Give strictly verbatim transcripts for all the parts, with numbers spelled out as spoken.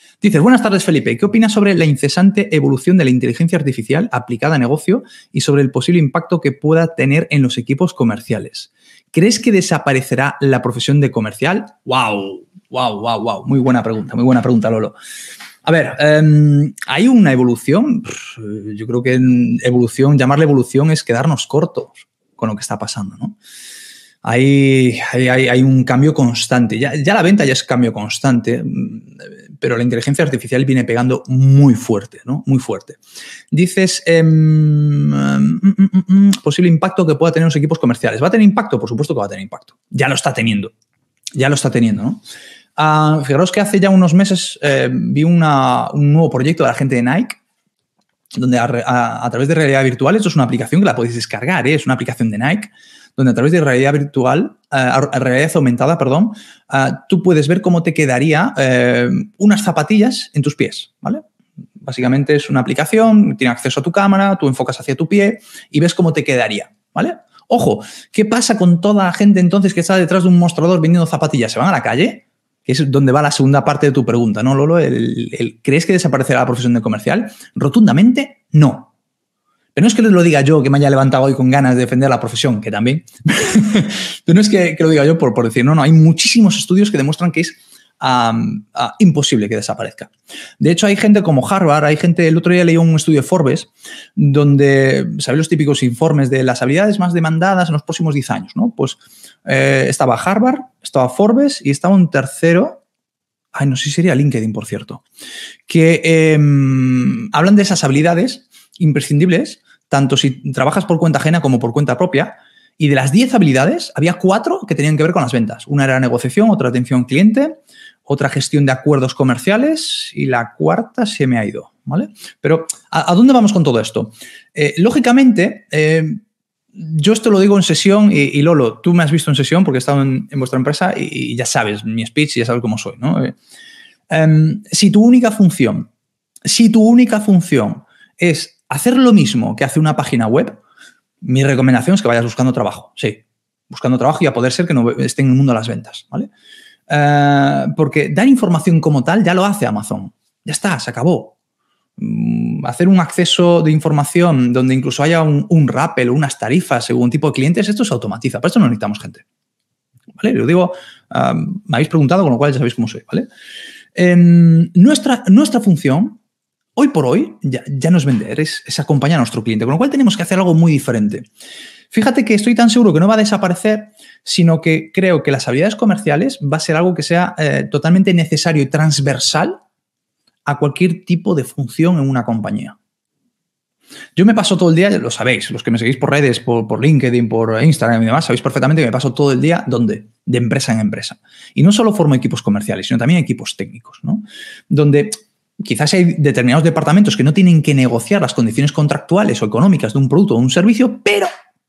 Dices, buenas tardes, Felipe. ¿Qué opinas sobre la incesante evolución de la inteligencia artificial aplicada a negocio y sobre el posible impacto que pueda tener en los equipos comerciales? ¿Crees que desaparecerá la profesión de comercial? ¡Wow! ¡Wow, wow, wow! Muy buena pregunta, muy buena pregunta, Lolo. A ver, um, hay una evolución. Yo creo que en evolución, llamarle evolución es quedarnos cortos con lo que está pasando, ¿no? Hay, hay, hay un cambio constante. Ya, ya la venta ya es cambio constante, pero la inteligencia artificial viene pegando muy fuerte, ¿no? Muy fuerte. Dices, eh, mm, mm, mm, posible impacto que pueda tener los equipos comerciales. ¿Va a tener impacto? Por supuesto que va a tener impacto. Ya lo está teniendo. Ya lo está teniendo, ¿no? Uh, fijaros que hace ya unos meses eh, vi una, un nuevo proyecto de la gente de Nike, donde a, a, a través de realidad virtual, esto es una aplicación que la podéis descargar, ¿eh? Es una aplicación de Nike, donde a través de realidad virtual, uh, realidad aumentada, perdón, uh, tú puedes ver cómo te quedaría uh, unas zapatillas en tus pies, ¿vale? Básicamente es una aplicación, tiene acceso a tu cámara, tú enfocas hacia tu pie y ves cómo te quedaría, ¿vale? Ojo, ¿qué pasa con toda la gente entonces que está detrás de un mostrador vendiendo zapatillas? ¿Se van a la calle? Que es donde va la segunda parte de tu pregunta, ¿no, Lolo? El, el, ¿crees que desaparecerá la profesión de comercial? Rotundamente, no. Pero no es que lo diga yo, que me haya levantado hoy con ganas de defender la profesión, que también. Pero no es que, que lo diga yo por, por decir, no, no. Hay muchísimos estudios que demuestran que es um, uh, imposible que desaparezca. De hecho, hay gente como Harvard, hay gente, el otro día leí un estudio de Forbes, donde, ¿sabéis los típicos informes de las habilidades más demandadas en los próximos diez años, ¿no? Pues eh, estaba Harvard, estaba Forbes y estaba un tercero, ay, no sé si sería LinkedIn, por cierto, que eh, hablan de esas habilidades imprescindibles, tanto si trabajas por cuenta ajena como por cuenta propia, y de las diez habilidades había cuatro que tenían que ver con las ventas. Una era negociación, otra atención al cliente, otra gestión de acuerdos comerciales y la cuarta se me ha ido, ¿vale? Pero, ¿a, a dónde vamos con todo esto? Eh, lógicamente, eh, yo esto lo digo en sesión y, y Lolo, tú me has visto en sesión porque he estado en, en vuestra empresa y, y ya sabes mi speech y ya sabes cómo soy, ¿no? Eh, eh, si tu única función, si tu única función es hacer lo mismo que hace una página web, mi recomendación es que vayas buscando trabajo. Sí, buscando trabajo y a poder ser que no esté en el mundo de las ventas, ¿vale? Uh, porque dar información como tal ya lo hace Amazon. Ya está, se acabó. Um, hacer un acceso de información donde incluso haya un, un rappel o unas tarifas según tipo de clientes, esto se automatiza. Para esto no necesitamos gente. ¿Vale? Lo digo, uh, me habéis preguntado, con lo cual ya sabéis cómo soy, ¿vale? Um, nuestra, nuestra función hoy por hoy ya, ya no es vender, es, es acompañar a nuestro cliente, con lo cual tenemos que hacer algo muy diferente. Fíjate que estoy tan seguro que no va a desaparecer, sino que creo que las habilidades comerciales va a ser algo que sea eh, totalmente necesario y transversal a cualquier tipo de función en una compañía. Yo me paso todo el día, lo sabéis, los que me seguís por redes, por, por LinkedIn, por Instagram y demás, sabéis perfectamente que me paso todo el día, ¿dónde? De empresa en empresa. Y no solo formo equipos comerciales, sino también equipos técnicos, ¿no? Donde quizás hay determinados departamentos que no tienen que negociar las condiciones contractuales o económicas de un producto o un servicio, pero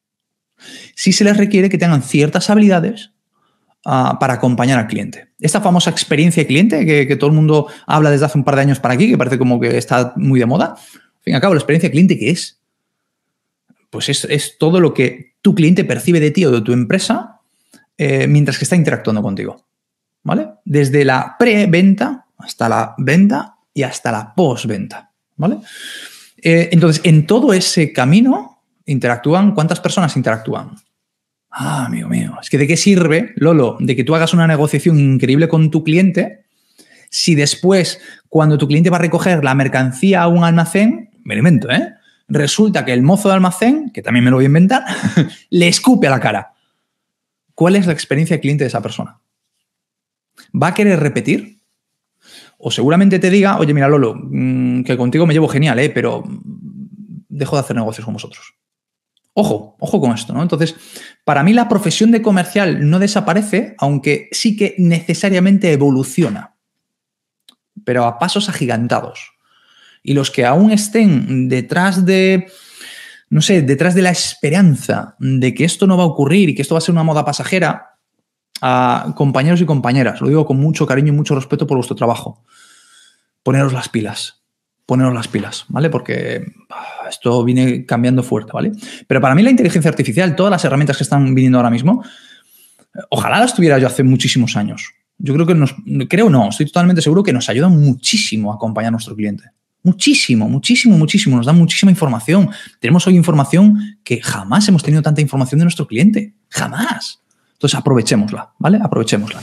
sí se les requiere que tengan ciertas habilidades uh, para acompañar al cliente. Esta famosa experiencia de cliente que, que todo el mundo habla desde hace un par de años para aquí, que parece como que está muy de moda. Al fin y al cabo, la experiencia de cliente, ¿qué es? Pues es, es todo lo que tu cliente percibe de ti o de tu empresa eh, mientras que está interactuando contigo, ¿vale? Desde la preventa hasta la venta y hasta la postventa, ¿vale? Eh, entonces, en todo ese camino interactúan, ¿cuántas personas interactúan? Ah, amigo mío, es que ¿de qué sirve, Lolo, de que tú hagas una negociación increíble con tu cliente si después, cuando tu cliente va a recoger la mercancía a un almacén, me lo invento, ¿eh? Resulta que el mozo de almacén, que también me lo voy a inventar, le escupe a la cara? ¿Cuál es la experiencia de cliente de esa persona? ¿Va a querer repetir? O seguramente te diga, oye, mira, Lolo, que contigo me llevo genial, ¿eh? Pero dejo de hacer negocios con vosotros. Ojo, ojo con esto, ¿no? Entonces, para mí la profesión de comercial no desaparece, aunque sí que necesariamente evoluciona, pero a pasos agigantados. Y los que aún estén detrás de, no sé, detrás de la esperanza de que esto no va a ocurrir y que esto va a ser una moda pasajera, a compañeros y compañeras, lo digo con mucho cariño y mucho respeto por vuestro trabajo, poneros las pilas, poneros las pilas, ¿vale? Porque esto viene cambiando fuerte, ¿vale? Pero para mí la inteligencia artificial, todas las herramientas que están viniendo ahora mismo, ojalá las tuviera yo hace muchísimos años. Yo creo que nos, creo no, estoy totalmente seguro que nos ayuda muchísimo a acompañar a nuestro cliente. Muchísimo, muchísimo, muchísimo. Nos da muchísima información. Tenemos hoy información que jamás hemos tenido tanta información de nuestro cliente. Jamás. Entonces aprovechémosla, ¿vale? Aprovechémosla.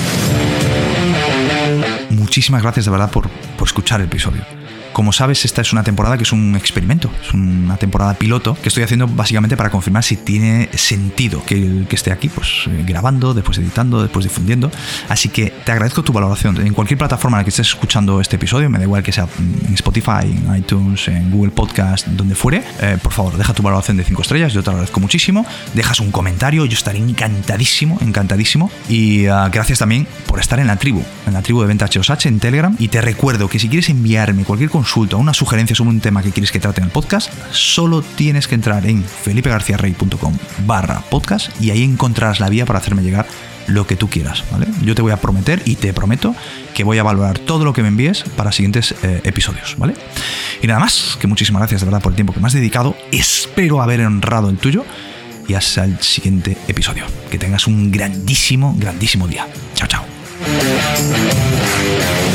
Muchísimas gracias de verdad por, por escuchar el episodio. Como sabes, esta es una temporada que es un experimento, es una temporada piloto que estoy haciendo básicamente para confirmar si tiene sentido que, que esté aquí, pues eh, grabando, después editando, después difundiendo. Así que te agradezco tu valoración. En cualquier plataforma en la que estés escuchando este episodio, me da igual que sea en Spotify, en iTunes, en Google Podcast, donde fuere, eh, por favor, deja tu valoración de cinco estrellas, yo te agradezco muchísimo. Dejas un comentario, yo estaré encantadísimo, encantadísimo. Y uh, gracias también por estar en la tribu, en la tribu de Venta H dos H en Telegram. Y te recuerdo que si quieres enviarme cualquier consulta o una sugerencia sobre un tema que quieres que trate en el podcast, solo tienes que entrar en felipegarciarrey.com barra podcast y ahí encontrarás la vía para hacerme llegar lo que tú quieras, ¿vale? Yo te voy a prometer y te prometo que voy a valorar todo lo que me envíes para siguientes eh, episodios, ¿vale? Y nada más, que muchísimas gracias de verdad por el tiempo que me has dedicado. Espero haber honrado el tuyo y hasta el siguiente episodio. Que tengas un grandísimo, grandísimo día. Chao, chao.